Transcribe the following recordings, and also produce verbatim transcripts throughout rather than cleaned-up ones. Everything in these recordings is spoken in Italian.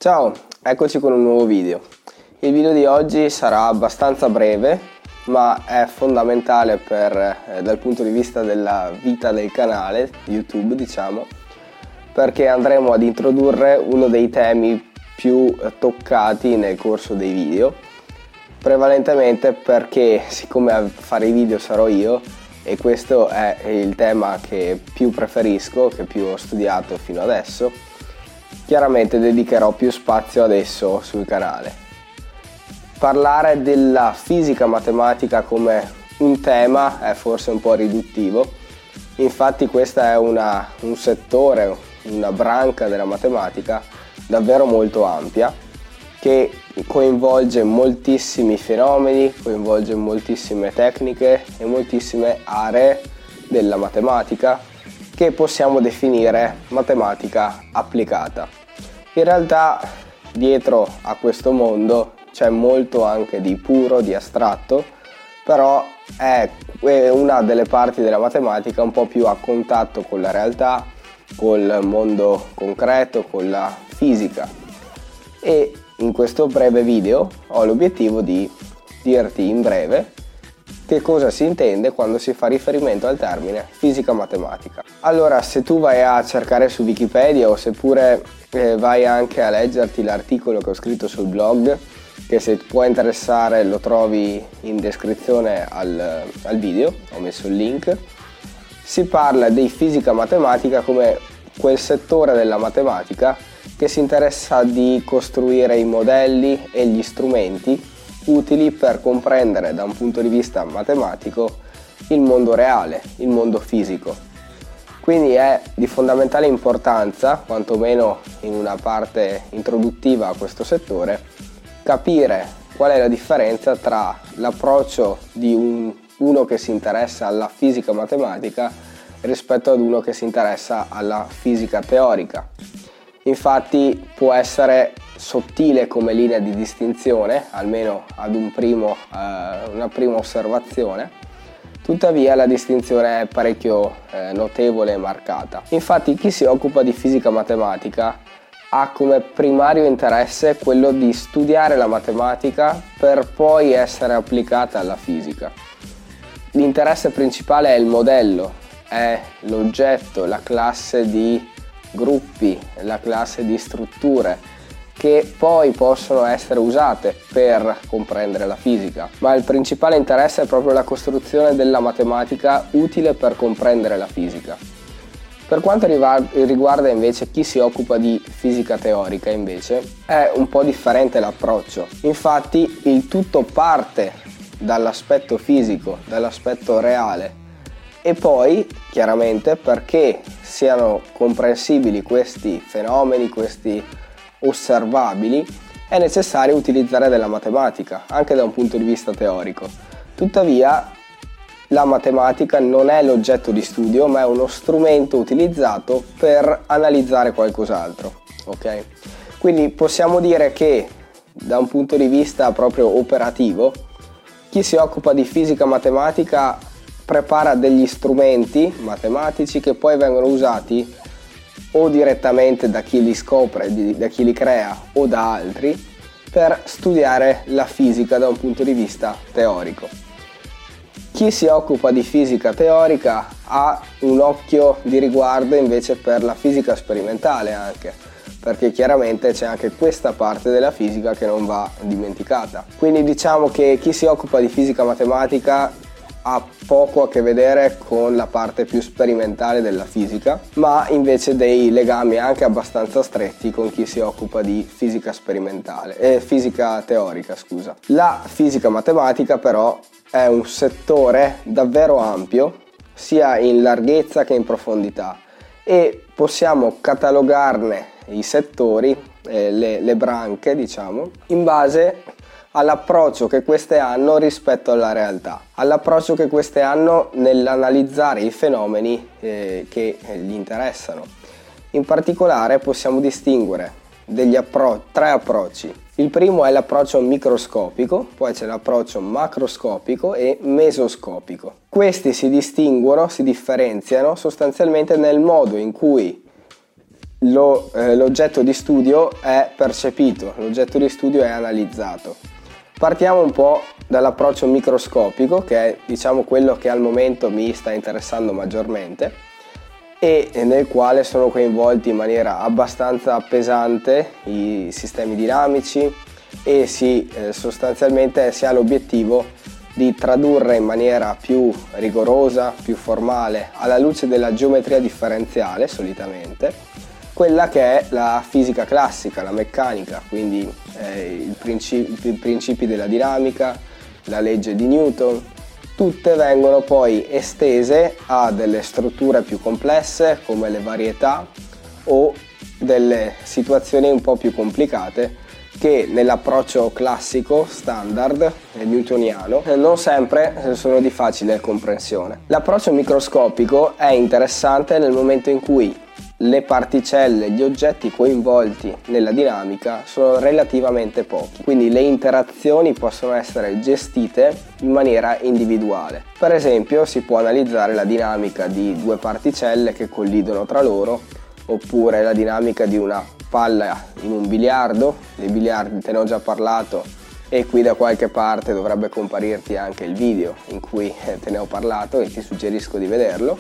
Ciao, eccoci con un nuovo video. Il video di oggi sarà abbastanza breve, ma è fondamentale per, eh, dal punto di vista della vita del canale YouTube, diciamo, perché andremo ad introdurre uno dei temi più toccati nel corso dei video, prevalentemente perché, siccome a fare i video sarò io, e questo è il tema che più preferisco, che più ho studiato fino adesso, chiaramente dedicherò più spazio ad esso sul canale. Parlare della fisica matematica come un tema è forse un po' riduttivo, infatti questa è una, un settore, una branca della matematica davvero molto ampia, che coinvolge moltissimi fenomeni, coinvolge moltissime tecniche e moltissime aree della matematica che possiamo definire matematica applicata. In realtà dietro a questo mondo c'è molto anche di puro, di astratto, però è una delle parti della matematica un po' più a contatto con la realtà, col mondo concreto, con la fisica. E in questo breve video ho l'obiettivo di dirti in breve che cosa si intende quando si fa riferimento al termine fisica matematica. Allora, se tu vai a cercare su Wikipedia o seppure eh, vai anche a leggerti l'articolo che ho scritto sul blog, che se può interessare lo trovi in descrizione al, al video, ho messo il link, si parla di fisica matematica come quel settore della matematica che si interessa di costruire i modelli e gli strumenti utili per comprendere da un punto di vista matematico il mondo reale, il mondo fisico. Quindi è di fondamentale importanza, quantomeno in una parte introduttiva a questo settore, capire qual è la differenza tra l'approccio di un, uno che si interessa alla fisica matematica rispetto ad uno che si interessa alla fisica teorica. Infatti può essere sottile come linea di distinzione, almeno ad un primo, eh, una prima osservazione, tuttavia la distinzione è parecchio eh, notevole e marcata. Infatti chi si occupa di fisica matematica ha come primario interesse quello di studiare la matematica per poi essere applicata alla fisica. L'interesse principale è il modello, è l'oggetto, la classe di gruppi, la classe di strutture che poi possono essere usate per comprendere la fisica, ma il principale interesse è proprio la costruzione della matematica utile per comprendere la fisica. Per quanto riguarda invece chi si occupa di fisica teorica, invece è un po' differente l'approccio. Infatti il tutto parte dall'aspetto fisico, dall'aspetto reale, e poi chiaramente perché siano comprensibili questi fenomeni, questi osservabili, è necessario utilizzare della matematica, anche da un punto di vista teorico. Tuttavia la matematica non è l'oggetto di studio, ma è uno strumento utilizzato per analizzare qualcos'altro, ok? Quindi possiamo dire che da un punto di vista proprio operativo, chi si occupa di fisica matematica prepara degli strumenti matematici che poi vengono usati o direttamente da chi li scopre, da chi li crea, o da altri per studiare la fisica da un punto di vista teorico. Chi si occupa di fisica teorica ha un occhio di riguardo invece per la fisica sperimentale anche, perché chiaramente c'è anche questa parte della fisica che non va dimenticata. Quindi diciamo che chi si occupa di fisica matematica ha poco a che vedere con la parte più sperimentale della fisica, ma invece dei legami anche abbastanza stretti con chi si occupa di fisica sperimentale e eh, fisica teorica, scusa. La fisica matematica però è un settore davvero ampio, sia in larghezza che in profondità, e possiamo catalogarne i settori, eh, le, le branche, diciamo, in base all'approccio che queste hanno rispetto alla realtà, all'approccio che queste hanno nell'analizzare i fenomeni eh, che gli interessano. In particolare possiamo distinguere degli appro- tre approcci. Il primo è l'approccio microscopico, poi c'è l'approccio macroscopico e mesoscopico. Questi si distinguono, si differenziano sostanzialmente nel modo in cui lo, eh, l'oggetto di studio è percepito, l'oggetto di studio è analizzato. Partiamo un po' dall'approccio microscopico, che è diciamo quello che al momento mi sta interessando maggiormente e nel quale sono coinvolti in maniera abbastanza pesante i sistemi dinamici e si eh, sostanzialmente si ha l'obiettivo di tradurre in maniera più rigorosa, più formale, alla luce della geometria differenziale solitamente, quella che è la fisica classica, la meccanica, quindi eh, i, principi, i principi della dinamica, la legge di Newton, tutte vengono poi estese a delle strutture più complesse come le varietà o delle situazioni un po' più complicate che nell'approccio classico, standard, newtoniano, non sempre sono di facile comprensione. L'approccio microscopico è interessante nel momento in cui le particelle, gli oggetti coinvolti nella dinamica sono relativamente pochi, quindi le interazioni possono essere gestite in maniera individuale. Per esempio si può analizzare la dinamica di due particelle che collidono tra loro, oppure la dinamica di una palla in un biliardo. Dei biliardi te ne ho già parlato e qui da qualche parte dovrebbe comparirti anche il video in cui te ne ho parlato e ti suggerisco di vederlo.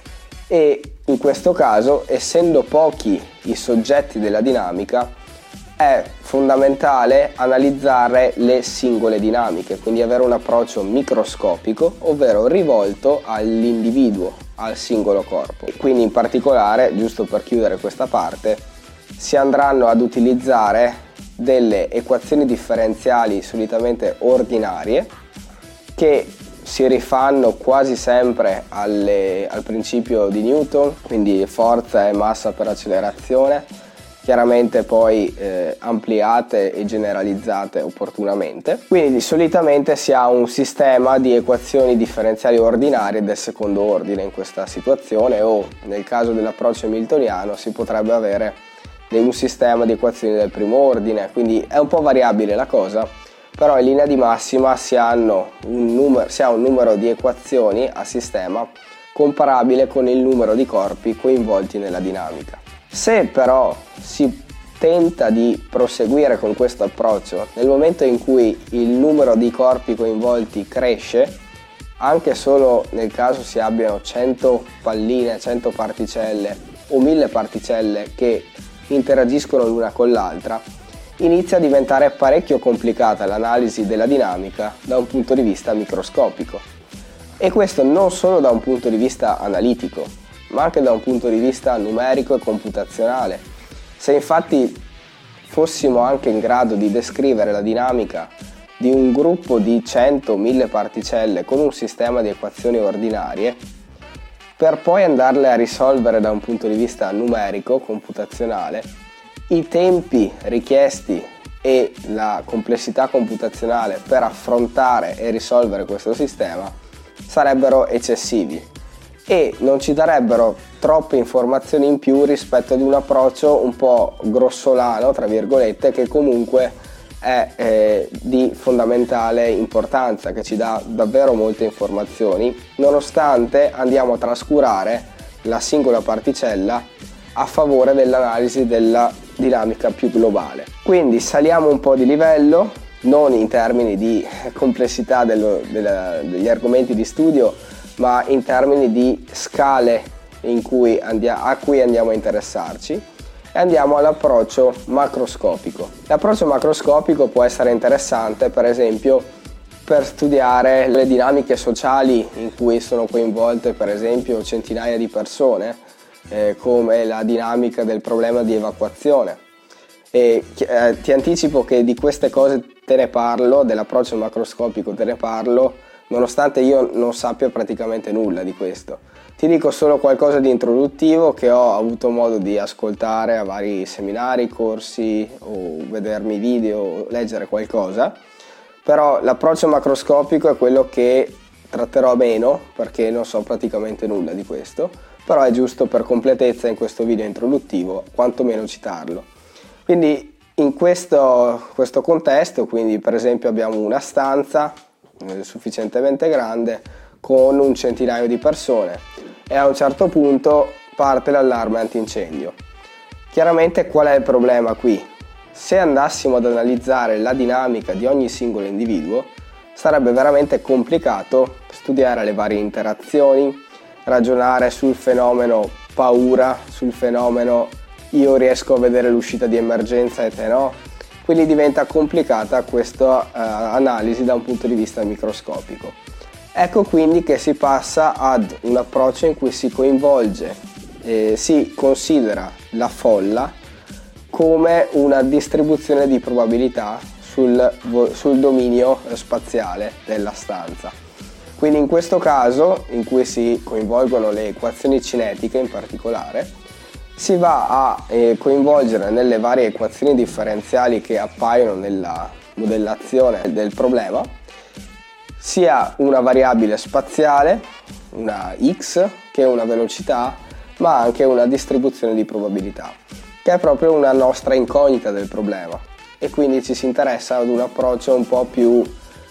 E in questo caso, essendo pochi i soggetti della dinamica, è fondamentale analizzare le singole dinamiche, quindi avere un approccio microscopico, ovvero rivolto all'individuo, al singolo corpo. E quindi in particolare, giusto per chiudere questa parte, si andranno ad utilizzare delle equazioni differenziali solitamente ordinarie che si rifanno quasi sempre alle, al principio di Newton, quindi forza e massa per accelerazione, chiaramente poi eh, ampliate e generalizzate opportunamente. Quindi solitamente si ha un sistema di equazioni differenziali ordinarie del secondo ordine in questa situazione, o nel caso dell'approccio hamiltoniano si potrebbe avere un sistema di equazioni del primo ordine, quindi è un po' variabile la cosa, però in linea di massima si, hanno un numero, si ha un numero di equazioni a sistema comparabile con il numero di corpi coinvolti nella dinamica. Se però si tenta di proseguire con questo approccio, nel momento in cui il numero di corpi coinvolti cresce, anche solo nel caso si abbiano cento palline, cento particelle o mille particelle che interagiscono l'una con l'altra, inizia a diventare parecchio complicata l'analisi della dinamica da un punto di vista microscopico. E questo non solo da un punto di vista analitico, ma anche da un punto di vista numerico e computazionale. Se infatti fossimo anche in grado di descrivere la dinamica di un gruppo di cento mille particelle con un sistema di equazioni ordinarie, per poi andarle a risolvere da un punto di vista numerico, computazionale, i tempi richiesti e la complessità computazionale per affrontare e risolvere questo sistema sarebbero eccessivi e non ci darebbero troppe informazioni in più rispetto ad un approccio un po' grossolano, tra virgolette, che comunque è eh, di fondamentale importanza, che ci dà davvero molte informazioni, nonostante andiamo a trascurare la singola particella a favore dell'analisi della dinamica più globale. Quindi saliamo un po' di livello, non in termini di complessità dello, della, degli argomenti di studio, ma in termini di scale in cui andia, a cui andiamo a interessarci, e andiamo all'approccio macroscopico. L'approccio macroscopico può essere interessante, per esempio, per studiare le dinamiche sociali in cui sono coinvolte, per esempio, centinaia di persone, eh, come la dinamica del problema di evacuazione. E eh, ti anticipo che di queste cose te ne parlo, dell'approccio macroscopico te ne parlo, nonostante io non sappia praticamente nulla di questo. Ti dico solo qualcosa di introduttivo che ho avuto modo di ascoltare a vari seminari, corsi o vedermi video o leggere qualcosa, però l'approccio macroscopico è quello che tratterò meno perché non so praticamente nulla di questo, però è giusto per completezza in questo video introduttivo quantomeno citarlo. Quindi in questo, questo contesto, quindi per esempio abbiamo una stanza eh, sufficientemente grande con un centinaio di persone e a un certo punto parte l'allarme antincendio. Chiaramente qual è il problema qui? Se andassimo ad analizzare la dinamica di ogni singolo individuo, sarebbe veramente complicato studiare le varie interazioni, ragionare sul fenomeno paura, sul fenomeno io riesco a vedere l'uscita di emergenza e te no, quindi diventa complicata questa uh, analisi da un punto di vista microscopico. Ecco quindi che si passa ad un approccio in cui si coinvolge e si considera la folla come una distribuzione di probabilità sul, sul dominio spaziale della stanza. Quindi in questo caso, in cui si coinvolgono le equazioni cinetiche in particolare, si va a eh, coinvolgere nelle varie equazioni differenziali che appaiono nella modellazione del problema sia una variabile spaziale, una x, che una velocità, ma anche una distribuzione di probabilità, che è proprio una nostra incognita del problema, e quindi ci si interessa ad un approccio un po' più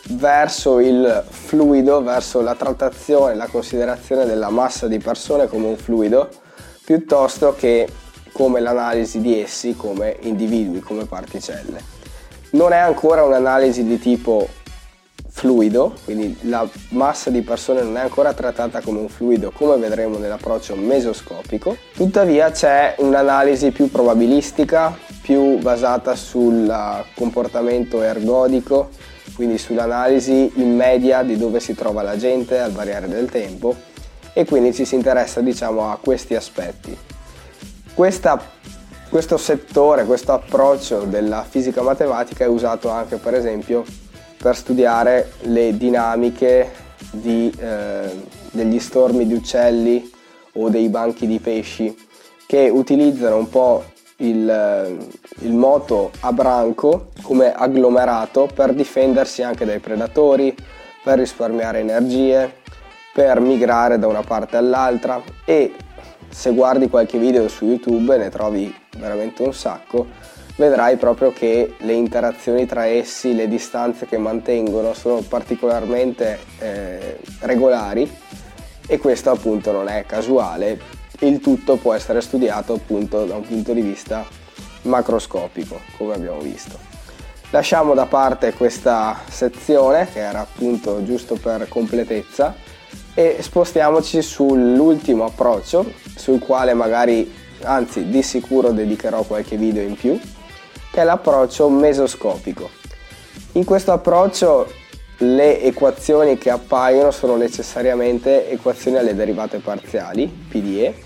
verso il fluido, verso la trattazione, la considerazione della massa di persone come un fluido, piuttosto che come l'analisi di essi come individui, come particelle. Non è ancora un'analisi di tipo fluido, quindi la massa di persone non è ancora trattata come un fluido, come vedremo nell'approccio mesoscopico. Tuttavia c'è un'analisi più probabilistica, più basata sul comportamento ergodico, quindi sull'analisi in media di dove si trova la gente al variare del tempo, e quindi ci si interessa, diciamo, a questi aspetti. Questa, questo settore, questo approccio della fisica matematica è usato anche per esempio per studiare le dinamiche di, eh, degli stormi di uccelli o dei banchi di pesci, che utilizzano un po' il, il moto a branco come agglomerato per difendersi anche dai predatori, per risparmiare energie, per migrare da una parte all'altra. E se guardi qualche video su YouTube, ne trovi veramente un sacco, vedrai proprio che le interazioni tra essi, le distanze che mantengono sono particolarmente eh, regolari, e questo appunto non è casuale. Il tutto può essere studiato appunto da un punto di vista macroscopico, come abbiamo visto. Lasciamo da parte questa sezione, che era appunto giusto per completezza, e spostiamoci sull'ultimo approccio, sul quale magari, anzi di sicuro dedicherò qualche video in più, che è l'approccio mesoscopico. In questo approccio le equazioni che appaiono sono necessariamente equazioni alle derivate parziali, P D E,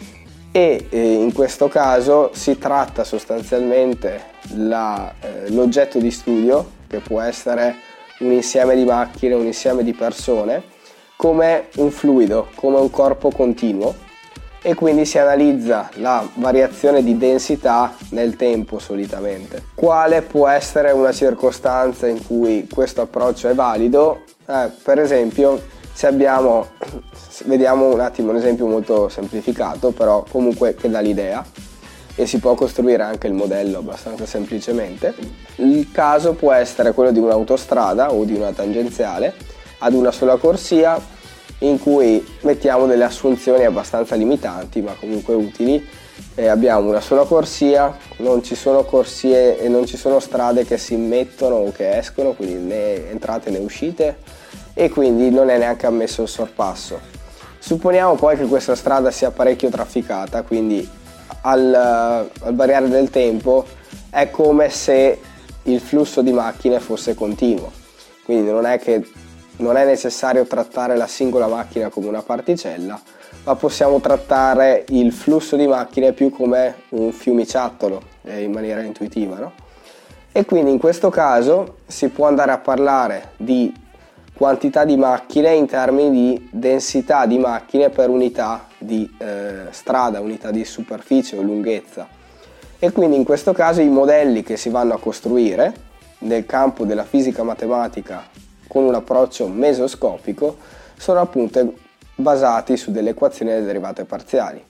e eh, in questo caso si tratta sostanzialmente la, eh, l'oggetto di studio, che può essere un insieme di macchine, un insieme di persone, come un fluido, come un corpo continuo, e quindi si analizza la variazione di densità nel tempo solitamente. Quale può essere una circostanza in cui questo approccio è valido? Eh, per esempio, se abbiamo, vediamo un attimo un esempio molto semplificato, però comunque che dà l'idea, e si può costruire anche il modello abbastanza semplicemente. Il caso può essere quello di un'autostrada o di una tangenziale ad una sola corsia, in cui mettiamo delle assunzioni abbastanza limitanti ma comunque utili. E abbiamo una sola corsia, non ci sono corsie e non ci sono strade che si mettono o che escono, quindi né entrate né uscite, e quindi non è neanche ammesso il sorpasso. Supponiamo poi che questa strada sia parecchio trafficata, quindi al, al variare del tempo è come se il flusso di macchine fosse continuo, quindi non è che non è necessario trattare la singola macchina come una particella, ma possiamo trattare il flusso di macchine più come un fiumiciattolo, eh, in maniera intuitiva, no? E quindi in questo caso si può andare a parlare di quantità di macchine in termini di densità di macchine per unità di eh, strada, unità di superficie o lunghezza. E quindi in questo caso i modelli che si vanno a costruire nel campo della fisica matematica con un approccio mesoscopico sono appunto basati su delle equazioni delle derivate parziali.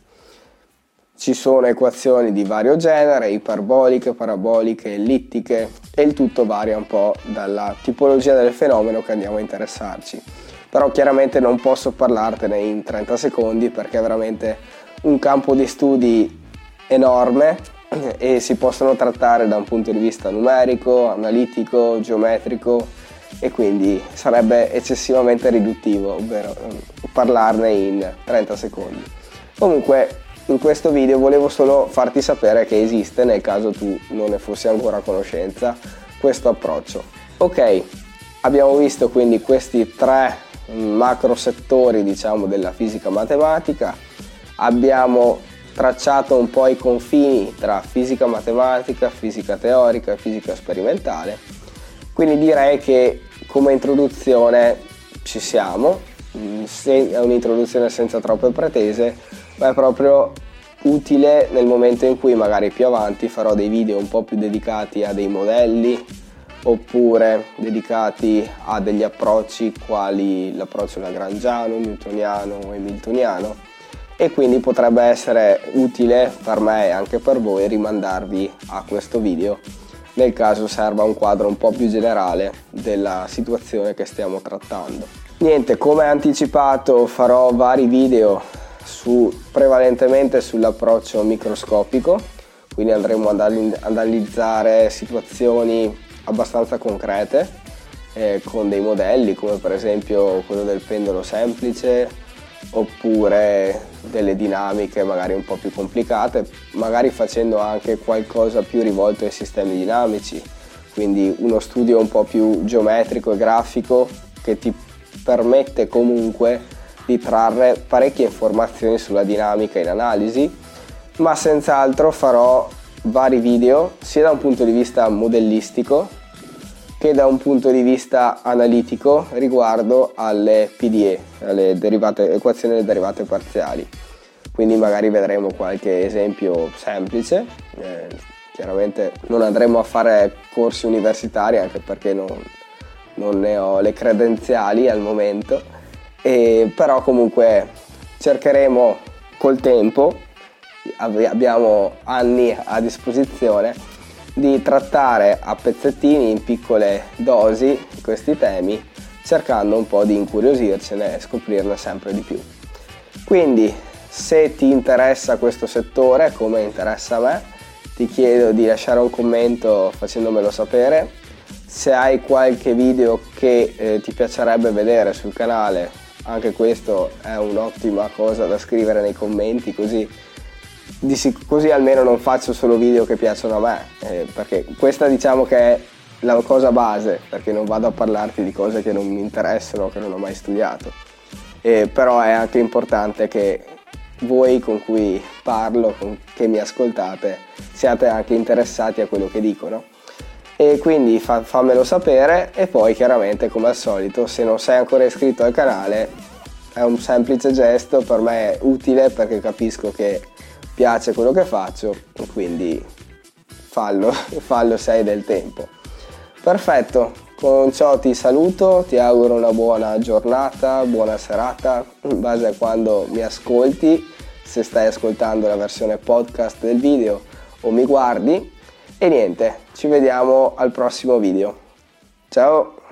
Ci sono equazioni di vario genere, iperboliche, paraboliche, ellittiche, e il tutto varia un po' dalla tipologia del fenomeno che andiamo a interessarci. Però chiaramente non posso parlartene in trenta secondi, perché è veramente un campo di studi enorme e si possono trattare da un punto di vista numerico, analitico, geometrico, e quindi sarebbe eccessivamente riduttivo, ovvero parlarne in trenta secondi. Comunque in questo video volevo solo farti sapere che esiste, nel caso tu non ne fossi ancora a conoscenza, questo approccio. Ok, abbiamo visto quindi questi tre macro settori, diciamo, della fisica matematica. Abbiamo tracciato un po' i confini tra fisica matematica, fisica teorica e fisica sperimentale. Quindi direi che come introduzione ci siamo, è un'introduzione senza troppe pretese, ma è proprio utile nel momento in cui magari più avanti farò dei video un po' più dedicati a dei modelli, oppure dedicati a degli approcci quali l'approccio lagrangiano, newtoniano o hamiltoniano, e quindi potrebbe essere utile per me e anche per voi rimandarvi a questo video nel caso serva un quadro un po' più generale della situazione che stiamo trattando. Niente, come anticipato farò vari video su, prevalentemente sull'approccio microscopico, quindi andremo ad analizzare situazioni abbastanza concrete eh, con dei modelli come per esempio quello del pendolo semplice, oppure delle dinamiche magari un po' più complicate, magari facendo anche qualcosa più rivolto ai sistemi dinamici, quindi uno studio un po' più geometrico e grafico che ti permette comunque di trarre parecchie informazioni sulla dinamica in analisi, ma senz'altro farò vari video sia da un punto di vista modellistico che da un punto di vista analitico riguardo alle P D E, alle derivate, equazioni delle derivate parziali. Quindi magari vedremo qualche esempio semplice, eh, chiaramente non andremo a fare corsi universitari anche perché non, non ne ho le credenziali al momento, e però comunque cercheremo col tempo, abbiamo anni a disposizione, di trattare a pezzettini, in piccole dosi, questi temi, cercando un po' di incuriosircene e scoprirne sempre di più. Quindi se ti interessa questo settore come interessa a me, ti chiedo di lasciare un commento facendomelo sapere. Se hai qualche video che eh, ti piacerebbe vedere sul canale, anche questo è un'ottima cosa da scrivere nei commenti, così Di sic- così almeno non faccio solo video che piacciono a me, eh, perché questa diciamo che è la cosa base, perché non vado a parlarti di cose che non mi interessano, che non ho mai studiato, eh, però è anche importante che voi con cui parlo, con, che mi ascoltate, siate anche interessati a quello che dico, no? E quindi fa- fammelo sapere, e poi chiaramente come al solito, se non sei ancora iscritto al canale, è un semplice gesto, per me è utile perché capisco che piace quello che faccio, quindi fallo, fallo se hai del tempo. Perfetto, con ciò ti saluto, ti auguro una buona giornata, buona serata, in base a quando mi ascolti, se stai ascoltando la versione podcast del video o mi guardi, e niente, ci vediamo al prossimo video. Ciao!